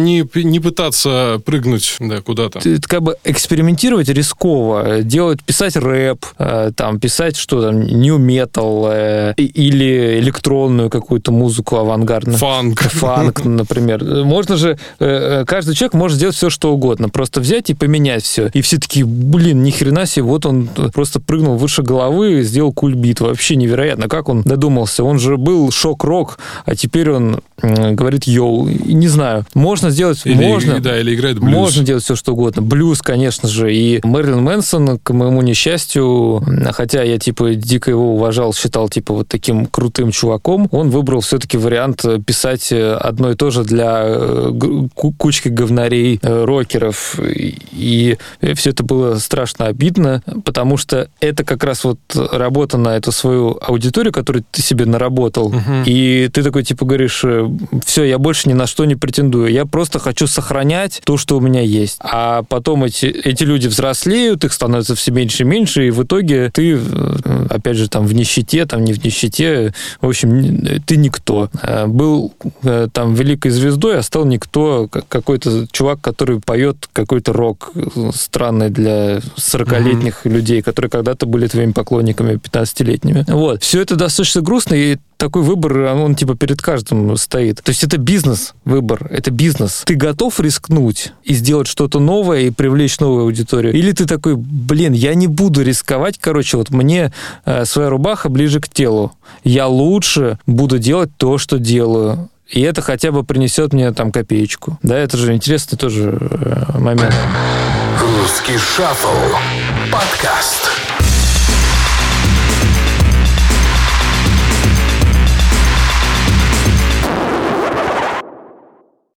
Speaker 2: Не пытаться прыгнуть куда-то.
Speaker 3: Экспериментировать рисково. Писать рэп, писать new metal или электронную какую-то музыку авангардную. Фанк, например. Можно же... Каждый человек может сделать все, что угодно. Просто взять и поменять все. И все такие, ни хрена себе, он просто прыгнул выше головы и сделал кульбит. Вообще невероятно. Как он додумался? Он же был шок-рок, а теперь он говорит йоу. Не знаю. Можно сделать...
Speaker 2: Или играет блюз.
Speaker 3: Можно делать все, что угодно. Блюз, конечно же. И Мэрилин Мэнсон, к моему несчастью, хотя я, дико его уважал, считал, таким крутым чуваком, он выбрал все-таки вариант писать одно и то же для кучки говнарей, рокеров. И все это было страшно обидно, потому что это как раз работа на эту свою аудиторию, которую ты себе наработал. И ты такой, говоришь, все, я больше ни на что не претендую. Я просто хочу сохранять то, что у меня есть. А потом эти люди взрослеют, их становится все меньше и меньше, и в итоге ты, опять же, в нищете, не в нищете, в общем, ты никто. Был великой звездой, а стал никто, какой-то чувак, который поет какой-то рок странный для 40-летних людей, которые когда-то были твоими поклонниками 15-летними. Все это достаточно грустно, и такой выбор, он перед каждым стоит. То есть это бизнес-выбор, это бизнес. Ты готов рискнуть и сделать что-то новое и привлечь новую аудиторию? Или ты такой, я не буду рисковать, мне своя рубаха ближе к телу. Я лучше буду делать то, что делаю. И это хотя бы принесет мне копеечку. Да, это же интересный тоже момент.
Speaker 1: Русский шаффл. Подкаст.